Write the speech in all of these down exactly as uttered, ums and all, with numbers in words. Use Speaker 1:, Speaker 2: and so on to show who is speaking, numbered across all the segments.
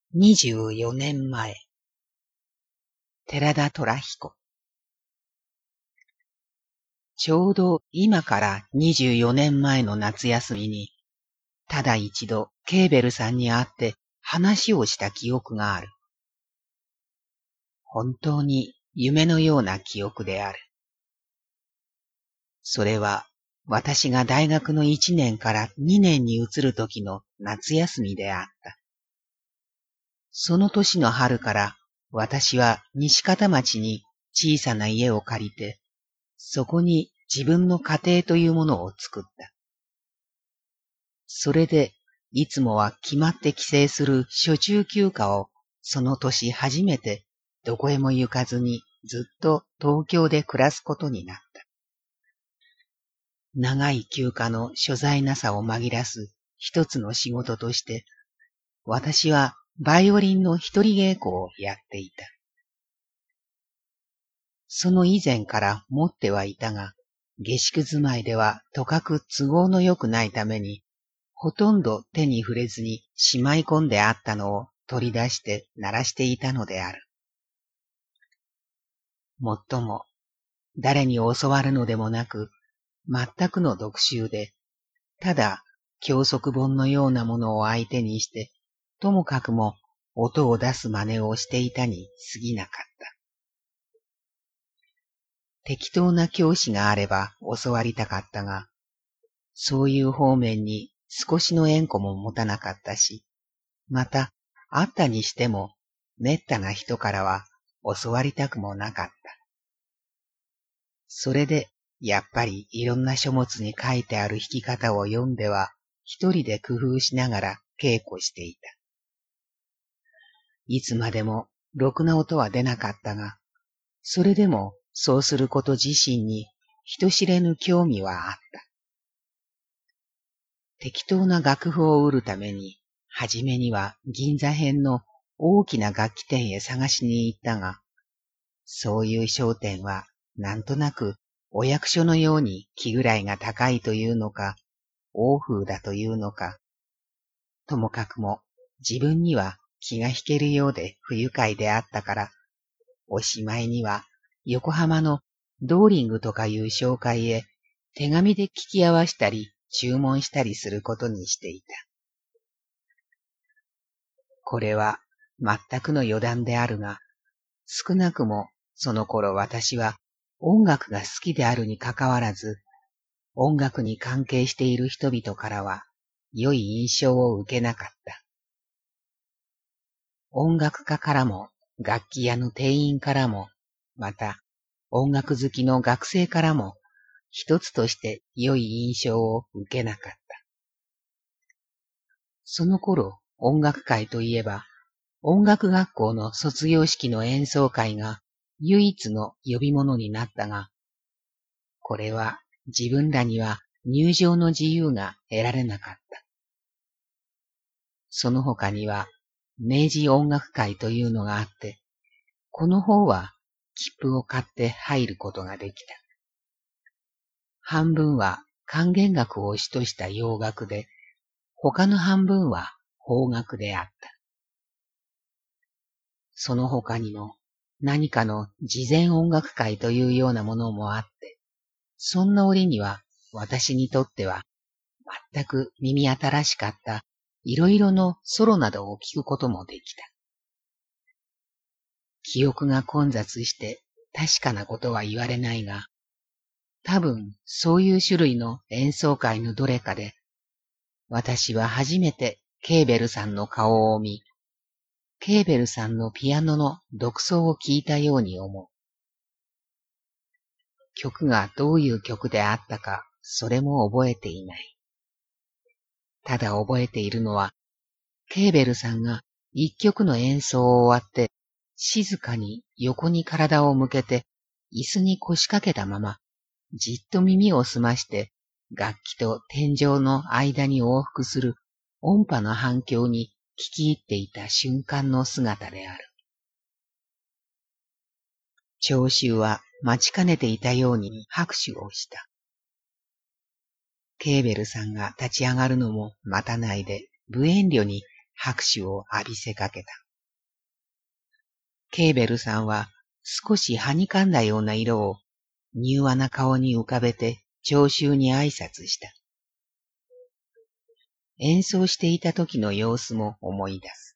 Speaker 1: にじゅうよねんまえ、寺田虎彦。ちょうど今からにじゅうよねんまえの夏休みに、ただ一度ケーベルさんに会って話をした記憶がある。本当に夢のような記憶である。それは私が大学のいちねんからにねんに移る時の夏休みであった。その年の春から私は西方町に小さな家を借りて、そこに自分の家庭というものを作った。それで、いつもは決まって帰省する暑中休暇をその年初めてどこへも行かずにずっと東京で暮らすことになった。長い休暇の所在なさを紛らす一つの仕事として、私はバイオリンの一人稽古をやっていた。その以前から持ってはいたが、下宿住まいではとかく都合の良くないために、ほとんど手に触れずにしまい込んであったのを取り出して鳴らしていたのである。もっとも、誰に教わるのでもなく、全くの独習で、ただ教則本のようなものを相手にして、ともかくも音を出す真似をしていたに過ぎなかった。適当な教師があれば教わりたかったが、そういう方面に少しの縁故も持たなかったし、また、あったにしても、めったな人からは教わりたくもなかった。それで、やっぱりいろんな書物に書いてある弾き方を読んでは、一人で工夫しながら稽古していた。いつまでもろくな音は出なかったが、それでもそうすること自身に人知れぬ興味はあった。適当な楽譜を売るために、はじめには銀座辺の大きな楽器店へ探しに行ったが、そういう商店はなんとなくお役所のように気ぐらいが高いというのか、欧風だというのか、ともかくも自分には気が引けるようで不愉快であったから、おしまいには横浜のドーリングとかいう紹介へ手紙で聞き合わしたり注文したりすることにしていた。これは全くの余談であるが、少なくもその頃私は音楽が好きであるにかかわらず、音楽に関係している人々からは良い印象を受けなかった。音楽家からも楽器屋の店員からも、また音楽好きの学生からも一つとして良い印象を受けなかった。その頃音楽会といえば、音楽学校の卒業式の演奏会が唯一の呼び物になったが、これは自分らには入場の自由が得られなかった。その他には明治音楽会というのがあって、この方は切符を買って入ることができた。半分は管弦楽を主とした洋楽で、他の半分は邦楽であった。その他にも何かの事前音楽会というようなものもあって、そんな折には私にとっては全く耳新しかったいろいろのソロなどを聞くこともできた。記憶が混雑して確かなことは言われないが、多分そういう種類の演奏会のどれかで、私は初めてケーベルさんの顔を見、ケーベルさんのピアノの独奏を聞いたように思う。曲がどういう曲であったか、それも覚えていない。ただ覚えているのは、ケーベルさんが一曲の演奏を終わって、静かに横に体を向けて、椅子に腰掛けたまま、じっと耳を澄まして、楽器と天井の間に往復する音波の反響に聞き入っていた瞬間の姿である。聴衆は待ちかねていたように拍手をした。ケーベルさんが立ち上がるのも待たないで、無遠慮に拍手を浴びせかけた。ケーベルさんは少しはにかんだような色を柔和な顔に浮かべて聴衆に挨拶した。演奏していた時の様子も思い出す。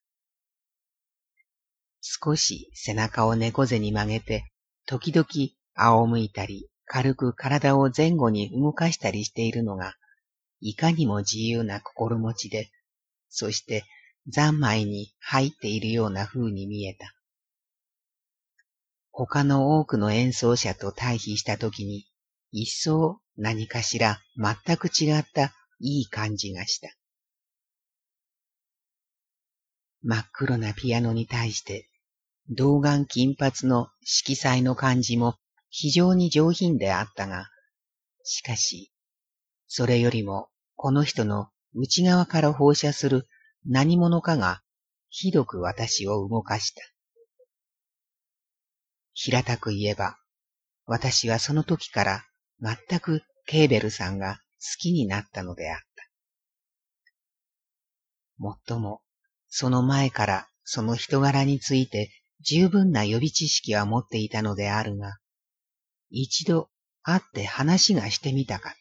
Speaker 1: 少し背中を猫背に曲げて、時々仰向いたり、軽く体を前後に動かしたりしているのが、いかにも自由な心持ちで、そして三昧に入っているような風に見えた。他の多くの演奏者と対比したときに、一層何かしら全く違ったいい感じがした。真っ黒なピアノに対して、童顔金髪の色彩の感じも非常に上品であったが、しかし、それよりもこの人の内側から放射する何者かがひどく私を動かした。平たく言えば、私はその時から全くケーベルさんが好きになったのであった。もっとも、その前からその人柄について十分な予備知識は持っていたのであるが、一度会って話がしてみたかった。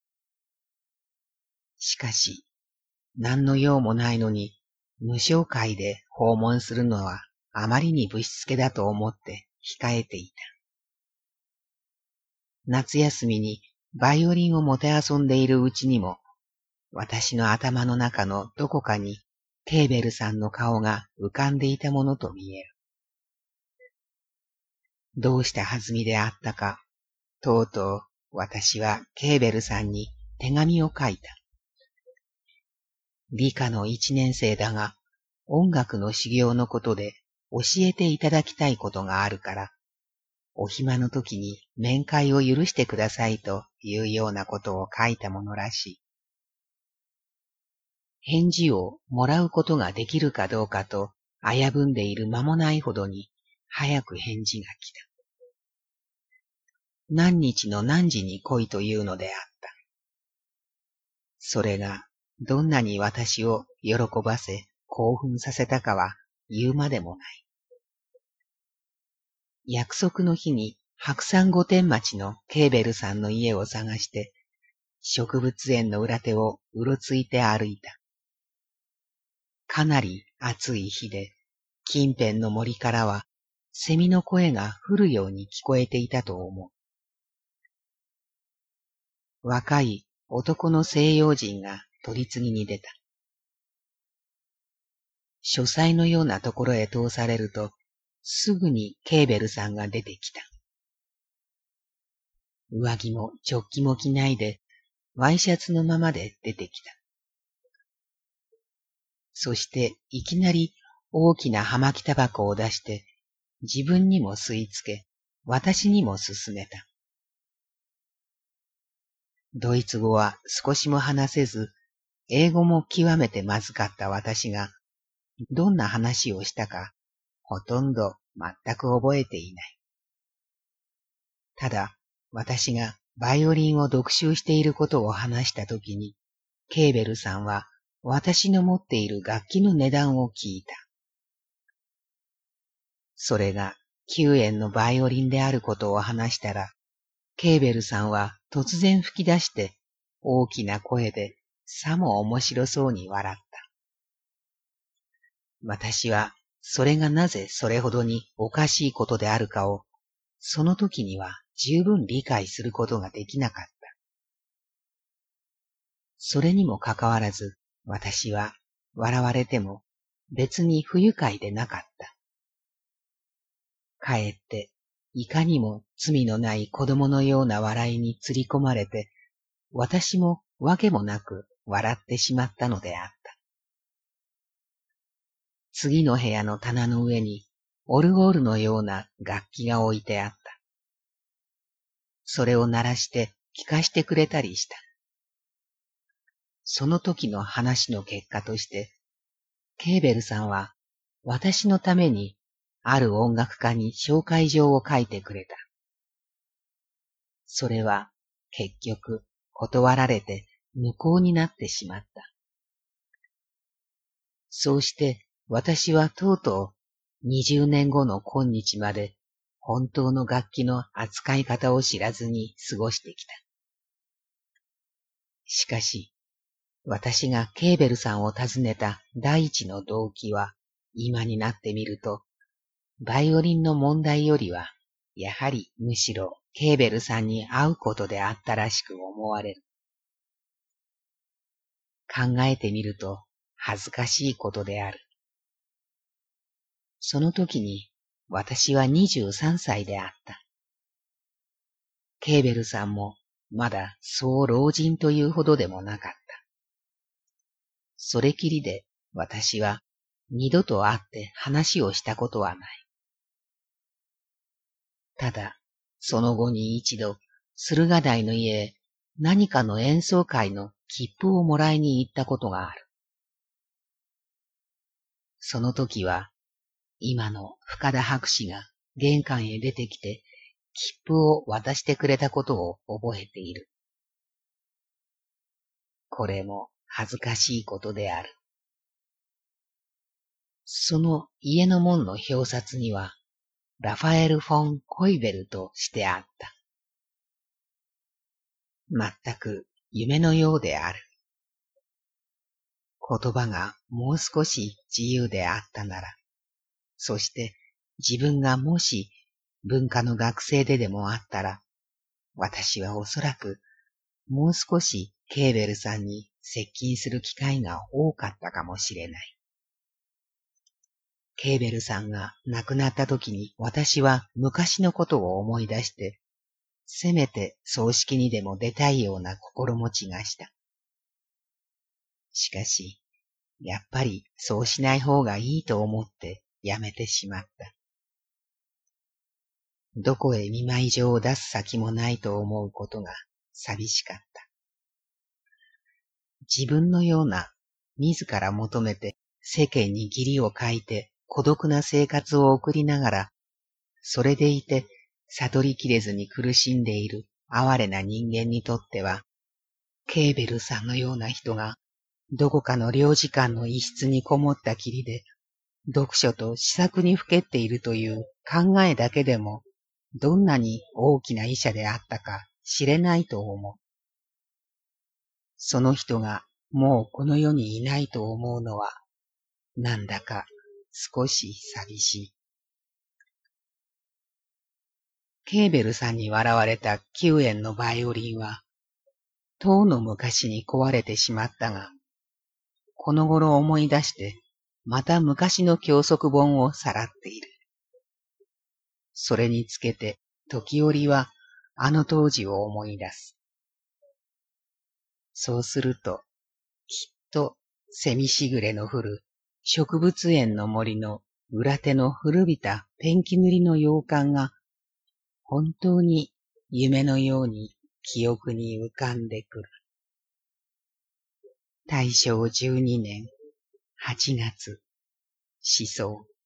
Speaker 1: しかし、何の用もないのに、無償会で訪問するのはあまりにぶしつけだと思って控えていた。夏休みにバイオリンをもてあそんでいるうちにも、私の頭の中のどこかにケーベルさんの顔が浮かんでいたものと見える。どうした弾みであったか、とうとう私はケーベルさんに手紙を書いた。理科の一年生だが、音楽の修行のことで教えていただきたいことがあるから、お暇の時に面会を許してくださいというようなことを書いたものらしい。返事をもらうことができるかどうかと危ぶんでいる間もないほどに早く返事が来た。何日の何時に来いというのであった。それがどんなに私を喜ばせ興奮させたかは言うまでもない。約束の日に白山御殿町のケーベルさんの家を探して植物園の裏手をうろついて歩いた。かなり暑い日で近辺の森からはセミの声が降るように聞こえていたと思う。若い男の西洋人が取り次ぎに出た。書斎のようなところへ通されると、すぐにケーベルさんが出てきた。上着もチョッキも着ないで、ワイシャツのままで出てきた。そしていきなり大きな葉巻タバコを出して、自分にも吸い付け、私にも勧めた。ドイツ語は少しも話せず、英語も極めてまずかった私が、どんな話をしたか、ほとんど全く覚えていない。ただ、私がバイオリンを読習していることを話したときに、ケーベルさんは私の持っている楽器の値段を聞いた。それがきゅうえんのバイオリンであることを話したら、ケーベルさんは突然吹き出して大きな声でさも面白そうに笑った。私はそれがなぜそれほどにおかしいことであるかをその時には十分理解することができなかった。それにもかかわらず私は笑われても別に不愉快でなかった。かえっていかにも罪のない子供のような笑いに釣り込まれて、私もわけもなく笑ってしまったのであった。次の部屋の棚の上にオルゴールのような楽器が置いてあった。それを鳴らして聞かしてくれたりした。その時の話の結果として、ケーベルさんは私のためにある音楽家に紹介状を書いてくれた。それは結局断られて無効になってしまった。 そうして私はとうとうにじゅうねんごの今日まで本当の楽器の扱い方を知らずに過ごしてきた。しかし、私がケーベルさんを訪ねた第一の動機は、今になってみると、バイオリンの問題よりは、やはりむしろケーベルさんに会うことであったらしく思われる。考えてみると恥ずかしいことである。その時に私はにじゅうさんさいであった。ケーベルさんもまだそう老人というほどでもなかった。それきりで私は二度と会って話をしたことはない。ただ、その後に一度、駿河台の家へ何かの演奏会の切符をもらいに行ったことがある。その時は、今の深田博士が玄関へ出てきて、切符を渡してくれたことを覚えている。これも恥ずかしいことである。その家の門の表札には、ラファエル・フォン・コイベルとしてあった。まったく夢のようである。言葉がもう少し自由であったなら、そして自分がもし文化の学生ででもあったら、私はおそらくもう少しケーベルさんに接近する機会が多かったかもしれない。ケーベルさんが亡くなった時に私は昔のことを思い出して、せめて葬式にでも出たいような心持ちがした。しかし、やっぱりそうしない方がいいと思ってやめてしまった。どこへ見舞い状を出す先もないと思うことが寂しかった。自分のような自ら求めて世間に義理を書いて孤独な生活を送りながら、それでいて悟りきれずに苦しんでいる哀れな人間にとっては、ケーベルさんのような人がどこかの領事館の一室にこもったきりで、読書と詩作にふけっているという考えだけでも、どんなに大きな医者であったか知れないと思う。その人がもうこの世にいないと思うのは、なんだか少し寂しい。ケーベルさんに笑われたきゅうえんのバイオリンは、とうの昔に壊れてしまったが、この頃思い出して、また昔の教則本をさらっている。それにつけて、時折はあの当時を思い出す。そうすると、きっとセミしぐれの降る植物園の森の裏手の古びたペンキ塗りの洋館が、本当に夢のように記憶に浮かんでくる。大正じゅうにねんはちがつ、思想。